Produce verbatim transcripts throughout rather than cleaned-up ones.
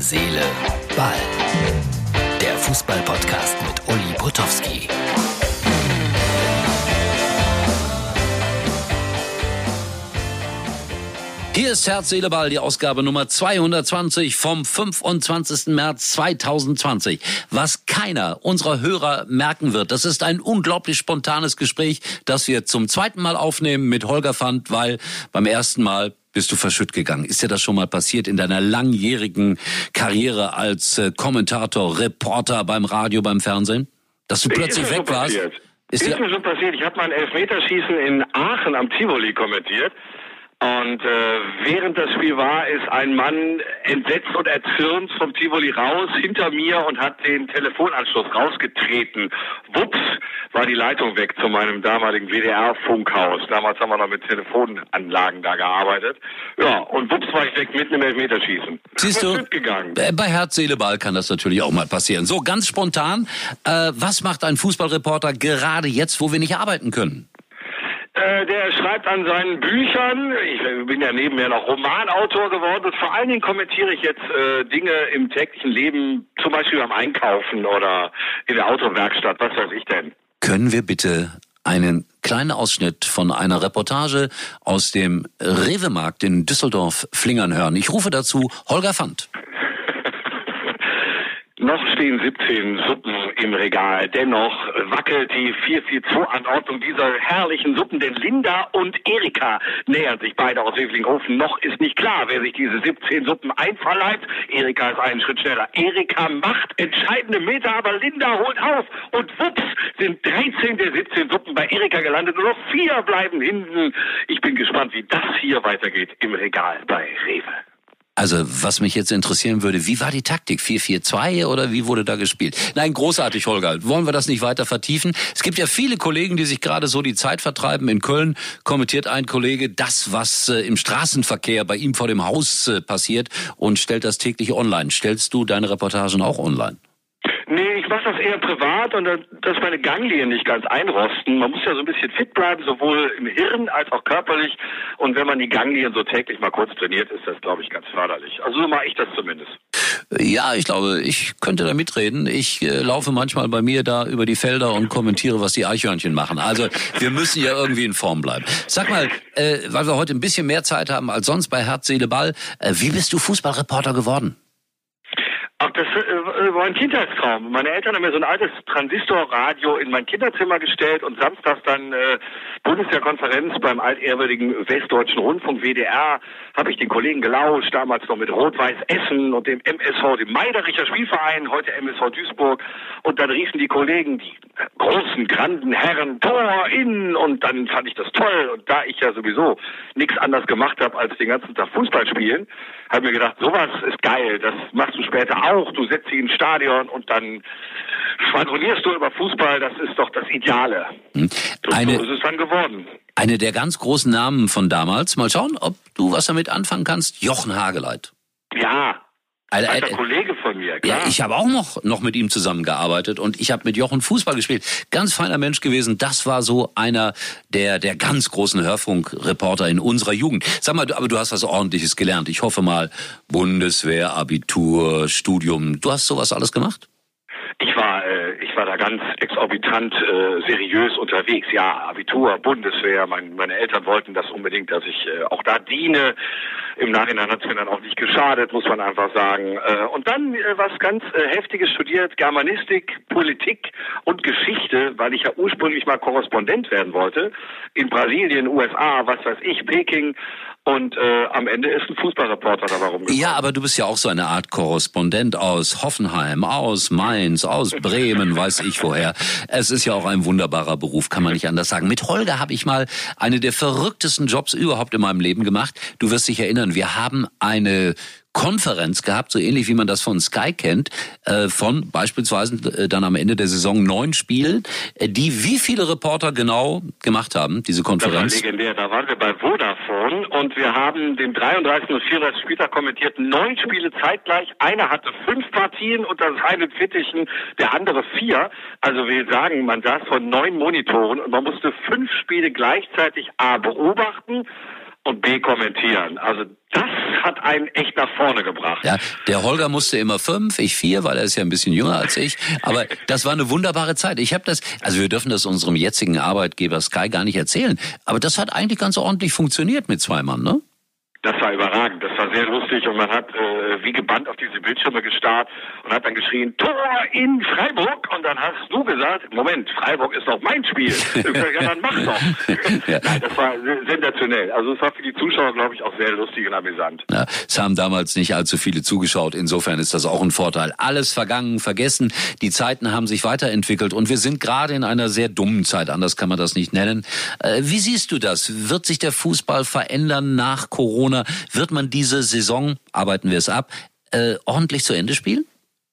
Seele, Ball. Der Fußball-Podcast mit Uli Potowski. Hier ist Herz, Seele, Ball, die Ausgabe Nummer zweihundertzwanzig vom fünfundzwanzigsten März zweitausendzwanzig. Was keiner unserer Hörer merken wird, das ist ein unglaublich spontanes Gespräch, das wir zum zweiten Mal aufnehmen mit Holger Fand, weil beim ersten Mal bist du verschütt gegangen. Ist dir das schon mal passiert in deiner langjährigen Karriere als äh, Kommentator, Reporter beim Radio, beim Fernsehen? Dass du plötzlich weg warst? Ist, ist mir schon passiert. Ich habe mal ein Elfmeterschießen in Aachen am Tivoli kommentiert. Und äh, während das Spiel war, ist ein Mann entsetzt und erzürnt vom Tivoli raus, hinter mir, und hat den Telefonanschluss rausgetreten. Wups, war die Leitung weg zu meinem damaligen W D R-Funkhaus. Damals haben wir noch mit Telefonanlagen da gearbeitet. Ja, und wups war ich weg mitten im Elfmeterschießen. Siehst du, gegangen. Bei Herz, Seele, Ball kann das natürlich auch mal passieren. So, ganz spontan, äh, was macht ein Fußballreporter gerade jetzt, wo wir nicht arbeiten können? Der schreibt an seinen Büchern. Ich bin ja nebenher noch Romanautor geworden, und vor allen Dingen kommentiere ich jetzt äh, Dinge im täglichen Leben, zum Beispiel beim Einkaufen oder in der Autowerkstatt, was weiß ich denn. Können wir bitte einen kleinen Ausschnitt von einer Reportage aus dem Rewe-Markt in Düsseldorf-Flingern hören? Ich rufe dazu Holger Fand. Noch stehen siebzehn Suppen im Regal. Dennoch wackelt die vier vier zwei Anordnung dieser herrlichen Suppen, denn Linda und Erika nähern sich beide aus Wevelinghofen. Noch ist nicht klar, wer sich diese siebzehn Suppen einverleibt. Erika ist einen Schritt schneller. Erika macht entscheidende Meter, aber Linda holt auf. Und wups, sind dreizehn der siebzehn Suppen bei Erika gelandet. Nur noch vier bleiben hinten. Ich bin gespannt, wie das hier weitergeht im Regal bei Rewe. Also, was mich jetzt interessieren würde, wie war die Taktik? vier vier zwei oder wie wurde da gespielt? Nein, großartig, Holger. Wollen wir das nicht weiter vertiefen? Es gibt ja viele Kollegen, die sich gerade so die Zeit vertreiben. In Köln kommentiert ein Kollege das, was äh, im Straßenverkehr bei ihm vor dem Haus äh, passiert, und stellt das täglich online. Stellst du deine Reportagen auch online? Nee, ich mache das eher privat, und dass meine Ganglien nicht ganz einrosten. Man muss ja so ein bisschen fit bleiben, sowohl im Hirn als auch körperlich. Und wenn man die Ganglien so täglich mal kurz trainiert, ist das, glaube ich, ganz förderlich. Also so mache ich das zumindest. Ja, ich glaube, ich könnte da mitreden. Ich äh, laufe manchmal bei mir da über die Felder und kommentiere, was die Eichhörnchen machen. Also wir müssen ja irgendwie in Form bleiben. Sag mal, äh, weil wir heute ein bisschen mehr Zeit haben als sonst bei Herz, Seele, Ball, äh, wie bist du Fußballreporter geworden? Ach, das äh, war ein Kindheitstraum. Meine Eltern haben mir so ein altes Transistorradio in mein Kinderzimmer gestellt, und samstags dann äh, Bundeswehrkonferenz beim altehrwürdigen Westdeutschen Rundfunk W D R habe ich den Kollegen gelauscht, damals noch mit Rot-Weiß Essen und dem M S V, dem Meidericher Spielverein, heute M S V Duisburg. Und dann riefen die Kollegen, die großen, granden Herren, Tor, in, und dann fand ich das toll. Und da ich ja sowieso nichts anderes gemacht habe, als den ganzen Tag Fußball spielen, habe ich mir gedacht, sowas ist geil, das machst du später auch. Du setzt dich ins Stadion und dann schwadronierst du über Fußball, das ist doch das Ideale. Eine, so ist es dann geworden. Eine der ganz großen Namen von damals, mal schauen, ob du was damit anfangen kannst, Jochen Hageleit. Ja, Ein alter Kollege von mir, klar. Ja, ich habe auch noch, noch mit ihm zusammengearbeitet, und ich habe mit Jochen Fußball gespielt. Ganz feiner Mensch gewesen. Das war so einer der, der ganz großen Hörfunkreporter in unserer Jugend. Sag mal, aber du hast was Ordentliches gelernt. Ich hoffe mal, Bundeswehr, Abitur, Studium. Du hast sowas alles gemacht? Ich war, äh, ich war da ganz exorbitant äh, seriös unterwegs. Ja, Abitur, Bundeswehr. Mein, meine Eltern wollten das unbedingt, dass ich äh, auch da diene. Im Nachhinein hat es mir dann auch nicht geschadet, muss man einfach sagen. Äh, und dann äh, was ganz äh, Heftiges studiert, Germanistik, Politik und Geschichte, weil ich ja ursprünglich mal Korrespondent werden wollte. In Brasilien, U S A, was weiß ich, Peking. Und äh, am Ende ist ein Fußballreporter dabei rumgekommen. Ja, aber du bist ja auch so eine Art Korrespondent aus Hoffenheim, aus Mainz, aus Bremen, weiß ich woher. Es ist ja auch ein wunderbarer Beruf, kann man nicht anders sagen. Mit Holger habe ich mal eine der verrücktesten Jobs überhaupt in meinem Leben gemacht. Du wirst dich erinnern, wir haben eine Konferenz gehabt, so ähnlich wie man das von Sky kennt, äh, von beispielsweise äh, dann am Ende der Saison neun Spielen, äh, die wie viele Reporter genau gemacht haben, diese Konferenz? Das war legendär, da waren wir bei Vodafone, und wir haben den dreiunddreißigsten und vierunddreißigsten Spieltag kommentiert, neun Spiele zeitgleich, einer hatte fünf Partien und das eine Fittichen, der andere vier. Also wir sagen, man saß vor neun Monitoren und man musste fünf Spiele gleichzeitig A beobachten, und B kommentieren. Also das hat einen echt nach vorne gebracht. Ja, der Holger musste immer fünf, ich vier, weil er ist ja ein bisschen jünger als ich. Aber das war eine wunderbare Zeit. Ich habe das, also wir dürfen das unserem jetzigen Arbeitgeber Sky gar nicht erzählen. Aber das hat eigentlich ganz ordentlich funktioniert mit zwei Mann, ne? Das war überragend, das war sehr lustig und man hat äh, wie gebannt auf diese Bildschirme gestarrt und hat dann geschrien, Tor in Freiburg, und dann hast du gesagt, Moment, Freiburg ist doch mein Spiel. Ja, dann mach doch. Ja. Nein, das war sensationell. Also es war für die Zuschauer, glaube ich, auch sehr lustig und amüsant. Ja, es haben damals nicht allzu viele zugeschaut, insofern ist das auch ein Vorteil. Alles vergangen, vergessen, die Zeiten haben sich weiterentwickelt und wir sind gerade in einer sehr dummen Zeit, anders kann man das nicht nennen. Äh, wie siehst du das? Wird sich der Fußball verändern nach Corona? Wird man diese Saison, arbeiten wir es ab, äh, ordentlich zu Ende spielen?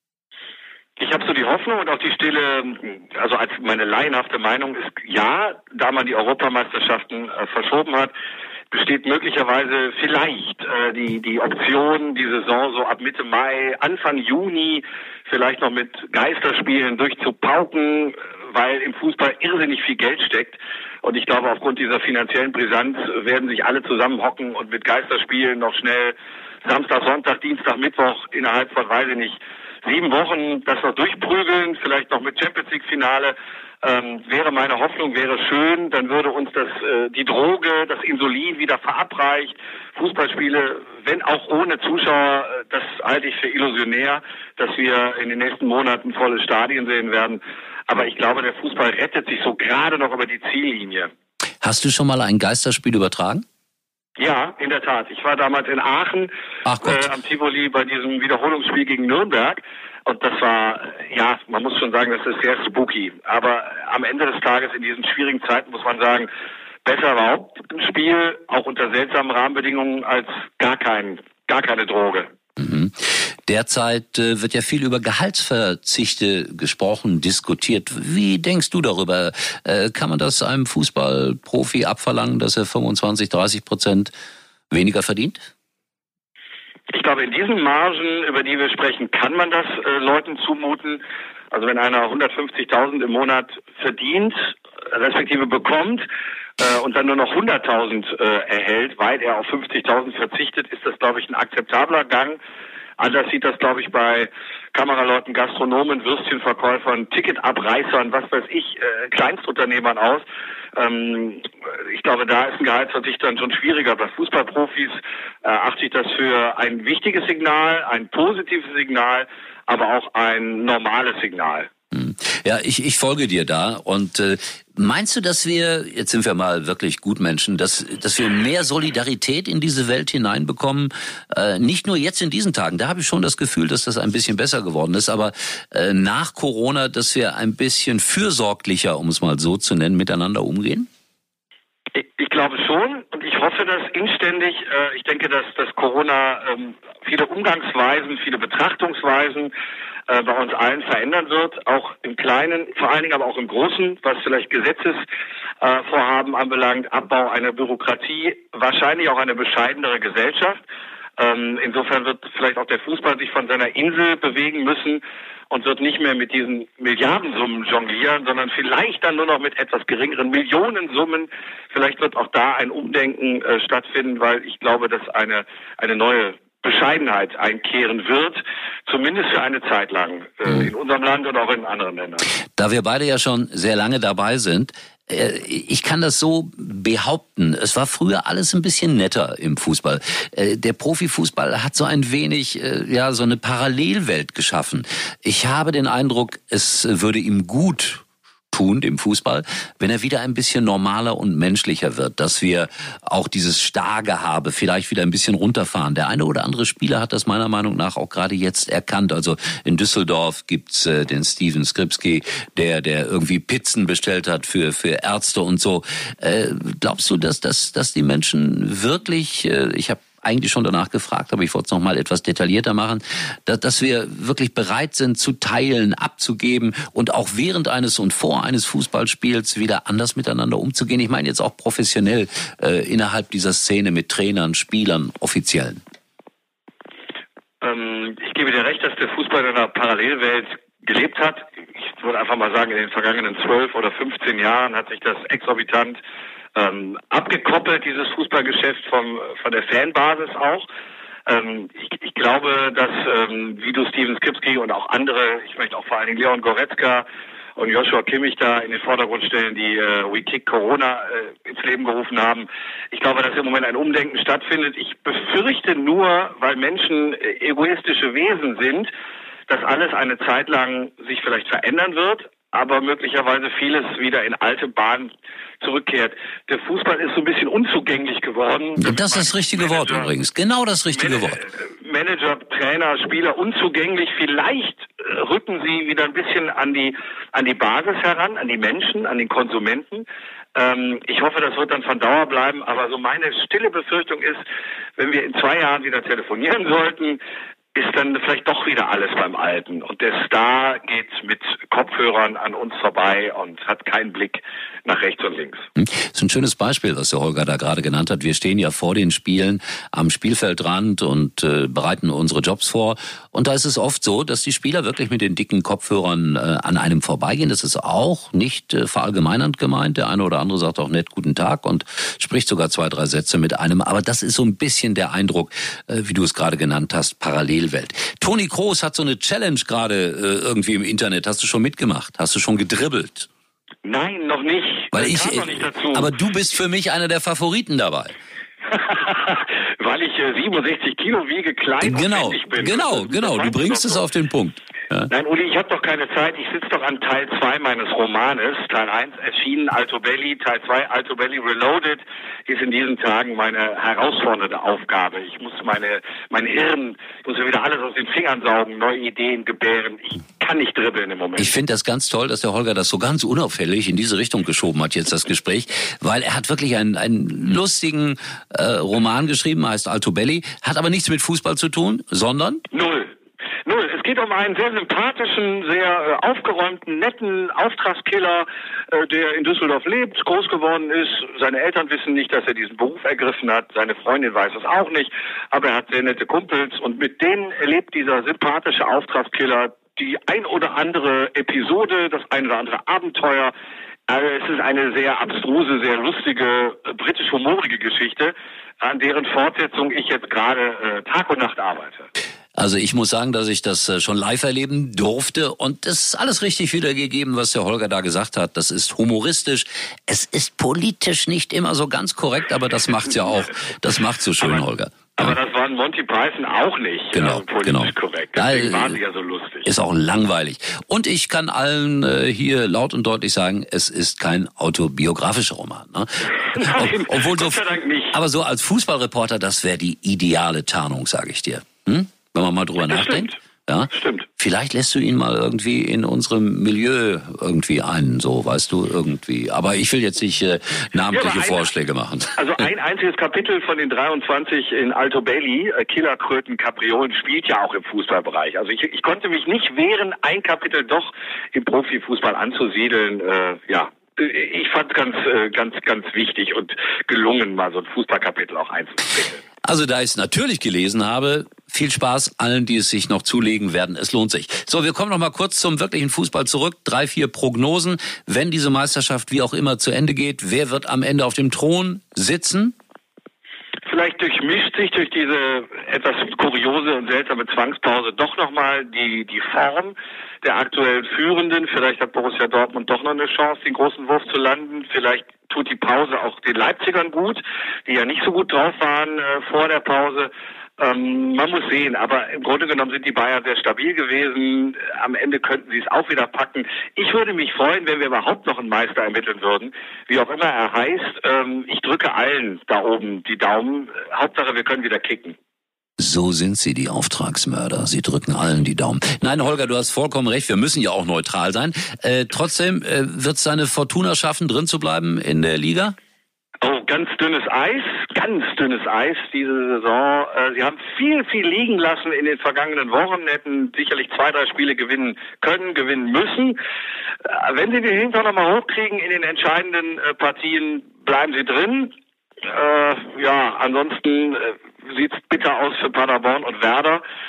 Ich habe so die Hoffnung und auch die stille, also als meine laienhafte Meinung ist, ja, da man die Europameisterschaften äh, verschoben hat, besteht möglicherweise vielleicht äh, die die Option, die Saison so ab Mitte Mai, Anfang Juni vielleicht noch mit Geisterspielen durchzupauken, weil im Fußball irrsinnig viel Geld steckt. Und ich glaube, aufgrund dieser finanziellen Brisanz werden sich alle zusammenhocken und mit Geisterspielen noch schnell Samstag, Sonntag, Dienstag, Mittwoch innerhalb von, weiß ich nicht, sieben Wochen das noch durchprügeln, vielleicht noch mit Champions League Finale. Ähm, wäre meine Hoffnung, wäre schön, dann würde uns das äh, die Droge, das Insulin wieder verabreicht. Fußballspiele, wenn auch ohne Zuschauer, äh, das halte ich für illusionär, dass wir in den nächsten Monaten volle Stadien sehen werden. Aber ich glaube, der Fußball rettet sich so gerade noch über die Ziellinie. Hast du schon mal ein Geisterspiel übertragen? Ja, in der Tat. Ich war damals in Aachen Ach Gott. Äh, am Tivoli bei diesem Wiederholungsspiel gegen Nürnberg. Und das war, ja, man muss schon sagen, das ist sehr spooky. Aber am Ende des Tages in diesen schwierigen Zeiten muss man sagen, besser überhaupt ein Spiel, auch unter seltsamen Rahmenbedingungen, als gar kein, gar keine Droge. Mhm. Derzeit äh, wird ja viel über Gehaltsverzichte gesprochen, diskutiert. Wie denkst du darüber? Äh, kann man das einem Fußballprofi abverlangen, dass er fünfundzwanzig, dreißig Prozent weniger verdient? Ich glaube, in diesen Margen, über die wir sprechen, kann man das äh, Leuten zumuten. Also wenn einer hundertfünfzigtausend im Monat verdient, respektive bekommt, äh, und dann nur noch hunderttausend äh, erhält, weil er auf fünfzigtausend verzichtet, ist das, glaube ich, ein akzeptabler Gang. Anders sieht das, glaube ich, bei Kameraleuten, Gastronomen, Würstchenverkäufern, Ticketabreißern, was weiß ich, äh, Kleinstunternehmern aus. Ähm, ich glaube, da ist ein Gehaltsverzicht dann schon schwieriger. Bei Fußballprofis äh, achte ich das für ein wichtiges Signal, ein positives Signal, aber auch ein normales Signal. Ja, ich, ich folge dir da. Und äh, meinst du, dass wir, jetzt sind wir mal wirklich Gutmenschen, dass, dass wir mehr Solidarität in diese Welt hineinbekommen? Äh, nicht nur jetzt in diesen Tagen, da habe ich schon das Gefühl, dass das ein bisschen besser geworden ist, aber äh, nach Corona, dass wir ein bisschen fürsorglicher, um es mal so zu nennen, miteinander umgehen? Ich, ich glaube schon und ich hoffe das inständig. Äh, ich denke, dass, dass Corona ähm, viele Umgangsweisen, viele Betrachtungsweisen äh, bei uns allen verändern wird, auch im Kleinen, vor allen Dingen aber auch im Großen, was vielleicht Gesetzesvorhaben äh, anbelangt, Abbau einer Bürokratie, wahrscheinlich auch eine bescheidenere Gesellschaft. Ähm, insofern wird vielleicht auch der Fußball sich von seiner Insel bewegen müssen und wird nicht mehr mit diesen Milliardensummen jonglieren, sondern vielleicht dann nur noch mit etwas geringeren Millionensummen. Vielleicht wird auch da ein Umdenken äh, stattfinden, weil ich glaube, dass eine eine neue Bescheidenheit einkehren wird, zumindest für eine Zeit lang, äh, in unserem Land und auch in anderen Ländern. Da wir beide ja schon sehr lange dabei sind, ich kann das so behaupten. Es war früher alles ein bisschen netter im Fußball. Der Profifußball hat so ein wenig, ja, so eine Parallelwelt geschaffen. Ich habe den Eindruck, es würde ihm gut tun, dem Fußball, wenn er wieder ein bisschen normaler und menschlicher wird, dass wir auch dieses Starrgehabe vielleicht wieder ein bisschen runterfahren. Der eine oder andere Spieler hat das meiner Meinung nach auch gerade jetzt erkannt. Also in Düsseldorf gibt's äh, den Steven Skripski, der der irgendwie Pizzen bestellt hat für für Ärzte und so. Äh, glaubst du, dass dass dass die Menschen wirklich, äh, ich habe eigentlich schon danach gefragt, aber ich wollte es noch mal etwas detaillierter machen, dass, dass wir wirklich bereit sind zu teilen, abzugeben und auch während eines und vor eines Fußballspiels wieder anders miteinander umzugehen. Ich meine jetzt auch professionell äh, innerhalb dieser Szene mit Trainern, Spielern, Offiziellen. Ähm, ich gebe dir recht, dass der Fußball in einer Parallelwelt gelebt hat. Ich ich würde einfach mal sagen, in den vergangenen zwölf oder fünfzehn Jahren hat sich das exorbitant ähm, abgekoppelt, dieses Fußballgeschäft vom, von der Fanbasis auch. Ähm, ich, ich glaube, dass ähm, wie du Steven Skripski und auch andere, ich möchte auch vor allen Dingen Leon Goretzka und Joshua Kimmich da in den Vordergrund stellen, die äh, We Kick Corona äh, ins Leben gerufen haben. Ich glaube, dass im Moment ein Umdenken stattfindet. Ich befürchte nur, weil Menschen äh, egoistische Wesen sind, dass alles eine Zeit lang sich vielleicht verändern wird, aber möglicherweise vieles wieder in alte Bahnen zurückkehrt. Der Fußball ist so ein bisschen unzugänglich geworden. Das ist das richtige Wort übrigens. Genau das richtige Wort. Manager, Trainer, Spieler unzugänglich. Vielleicht rücken sie wieder ein bisschen an die an die Basis heran, an die Menschen, an den Konsumenten. Ähm, ich hoffe, das wird dann von Dauer bleiben. Aber so meine stille Befürchtung ist, wenn wir in zwei Jahren wieder telefonieren sollten, ist dann vielleicht doch wieder alles beim Alten. Und der Star geht mit Kopfhörern an uns vorbei und hat keinen Blick nach rechts und links. Das ist ein schönes Beispiel, was der Holger da gerade genannt hat. Wir stehen ja vor den Spielen am Spielfeldrand und äh, bereiten unsere Jobs vor. Und da ist es oft so, dass die Spieler wirklich mit den dicken Kopfhörern äh, an einem vorbeigehen. Das ist auch nicht äh, verallgemeinernd gemeint. Der eine oder andere sagt auch nett guten Tag und spricht sogar zwei, drei Sätze mit einem. Aber das ist so ein bisschen der Eindruck, äh, wie du es gerade genannt hast, Parallelwelt. Toni Kroos hat so eine Challenge gerade äh, irgendwie im Internet. Hast du schon mitgemacht? Hast du schon gedribbelt? Nein, noch nicht. Weil ich, ich, noch nicht dazu. Aber du bist für mich einer der Favoriten dabei. Weil ich äh, siebenundsechzig Kilo wiege, klein genau, und bin. Genau, genau, du bringst es auf den Punkt. Ja. Nein, Uli, ich habe doch keine Zeit. Ich sitze doch an Teil zwei meines Romanes. Teil eins erschienen, Alto Belli. Teil zwei, Alto Belli Reloaded, ist in diesen Tagen meine herausfordernde Aufgabe. Ich muss meine, mein Hirn, ich muss mir wieder alles aus den Fingern saugen, neue Ideen gebären. Ich kann nicht dribbeln im Moment. Ich finde das ganz toll, dass der Holger das so ganz unauffällig in diese Richtung geschoben hat, jetzt das Gespräch, weil er hat wirklich einen, einen lustigen äh, Roman geschrieben, heißt Alto Belli, hat aber nichts mit Fußball zu tun, sondern... Null. Null. Es geht um einen sehr sympathischen, sehr äh, aufgeräumten, netten Auftragskiller, äh, der in Düsseldorf lebt, groß geworden ist. Seine Eltern wissen nicht, dass er diesen Beruf ergriffen hat. Seine Freundin weiß es auch nicht. Aber er hat sehr nette Kumpels. Und mit denen erlebt dieser sympathische Auftragskiller die ein oder andere Episode, das ein oder andere Abenteuer. Also es ist eine sehr abstruse, sehr lustige, äh, britisch-humorige Geschichte, an deren Fortsetzung ich jetzt gerade äh, Tag und Nacht arbeite. Also ich muss sagen, dass ich das schon live erleben durfte und es ist alles richtig wiedergegeben, was der Holger da gesagt hat. Das ist humoristisch. Es ist politisch nicht immer so ganz korrekt, aber das macht's ja auch. Das macht's so schön, aber, Holger. Aber ja. Das waren Monty Python auch nicht genau, äh, politisch genau. korrekt. Deswegen da, waren sie ja so lustig. Ist auch langweilig. Und ich kann allen äh, hier laut und deutlich sagen, es ist kein autobiografischer Roman. Ne? Nein, Ob, obwohl so, Gott sei Dank nicht. Aber so als Fußballreporter, das wäre die ideale Tarnung, sage ich dir. Hm? Wenn man mal drüber das nachdenkt. Stimmt. Ja? Stimmt. Vielleicht lässt du ihn mal irgendwie in unserem Milieu irgendwie ein, so, weißt du, irgendwie. Aber ich will jetzt nicht äh, namentliche ja, ein, Vorschläge machen. Also ein einziges Kapitel von den dreiundzwanzig in Alto Belli, äh, Killerkröten, Kapriolen, spielt ja auch im Fußballbereich. Also ich, ich konnte mich nicht wehren, ein Kapitel doch im Profifußball anzusiedeln. Äh, ja, ich fand es ganz, äh, ganz, ganz wichtig und gelungen, mal so ein Fußballkapitel auch einzuspielen. Also da ich es natürlich gelesen habe, viel Spaß allen, die es sich noch zulegen werden. Es lohnt sich. So, wir kommen noch mal kurz zum wirklichen Fußball zurück. Drei, vier Prognosen. Wenn diese Meisterschaft wie auch immer zu Ende geht, wer wird am Ende auf dem Thron sitzen? Vielleicht durchmischt sich durch diese etwas kuriose und seltsame Zwangspause doch nochmal die, die Form der aktuell Führenden. Vielleicht hat Borussia Dortmund doch noch eine Chance, den großen Wurf zu landen. Vielleicht tut die Pause auch den Leipzigern gut, die ja nicht so gut drauf waren äh, vor der Pause. Ähm, man muss sehen, aber im Grunde genommen sind die Bayern sehr stabil gewesen. Am Ende könnten sie es auch wieder packen. Ich würde mich freuen, wenn wir überhaupt noch einen Meister ermitteln würden, wie auch immer er heißt. Ähm, ich drücke allen da oben die Daumen. Hauptsache, wir können wieder kicken. So sind sie, die Auftragsmörder. Sie drücken allen die Daumen. Nein, Holger, du hast vollkommen recht. Wir müssen ja auch neutral sein. Äh, trotzdem, äh, wird es seine Fortuna schaffen, drin zu bleiben in der Liga? Oh, ganz dünnes Eis, ganz dünnes Eis diese Saison. Äh, sie haben viel, viel liegen lassen in den vergangenen Wochen, hätten sicherlich zwei, drei Spiele gewinnen können, gewinnen müssen. Äh, wenn sie den Hintern nochmal hochkriegen in den entscheidenden äh, Partien, bleiben sie drin. Äh, ja, ansonsten äh, sieht's bitter aus für Paderborn und Werder.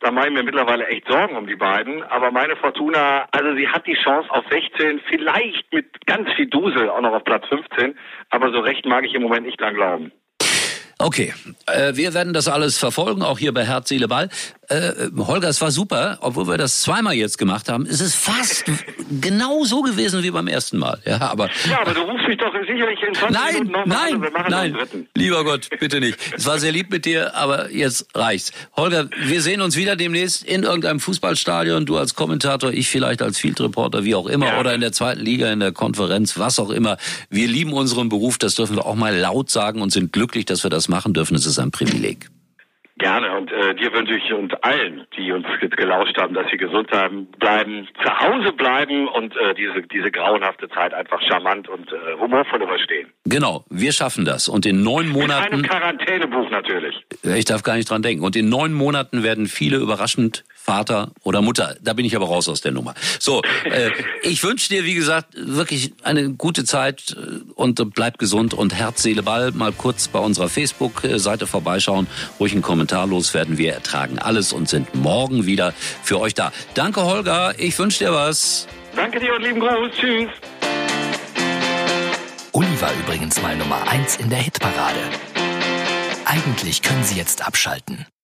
Da mache ich mir mittlerweile echt Sorgen um die beiden. Aber meine Fortuna, also sie hat die Chance auf sechzehn, vielleicht mit ganz viel Dusel auch noch auf Platz fünfzehn. Aber so recht mag ich im Moment nicht dran glauben. Okay, äh, wir werden das alles verfolgen, auch hier bei Herz, Seele, Ball. Äh, Holger, es war super, obwohl wir das zweimal jetzt gemacht haben. Es ist fast genau so gewesen wie beim ersten Mal. Ja, aber, ja, aber du rufst mich doch sicherlich in zwanzig nein, Minuten noch nein, an. Wir machen nein, den dritten. Lieber Gott, bitte nicht. Es war sehr lieb mit dir, aber jetzt reicht's. Holger, wir sehen uns wieder demnächst in irgendeinem Fußballstadion. Du als Kommentator, ich vielleicht als Field Reporter, wie auch immer, ja. Oder in der zweiten Liga, in der Konferenz, was auch immer. Wir lieben unseren Beruf, das dürfen wir auch mal laut sagen und sind glücklich, dass wir das machen dürfen. Es ist ein Privileg. Gerne und äh, dir wünsche ich und allen, die uns jetzt gelauscht haben, dass sie gesund bleiben, zu Hause bleiben und äh, diese diese grauenhafte Zeit einfach charmant und äh, humorvoll überstehen. Genau, wir schaffen das und in neun Monaten... Mit einem Quarantänebuch natürlich. Ich darf gar nicht dran denken. Und in neun Monaten werden viele überraschend Vater oder Mutter. Da bin ich aber raus aus der Nummer. So, äh, ich wünsche dir, wie gesagt, wirklich eine gute Zeit und äh, bleib gesund und Herz, Seele, Ball. Mal kurz bei unserer Facebook-Seite vorbeischauen, ruhig einen Kommentar loswerden. Wir ertragen alles und sind morgen wieder für euch da. Danke, Holger. Ich wünsche dir was. Danke dir und lieben Gruß. Tschüss. Uli war übrigens mal Nummer eins in der Hitparade. Eigentlich können Sie jetzt abschalten.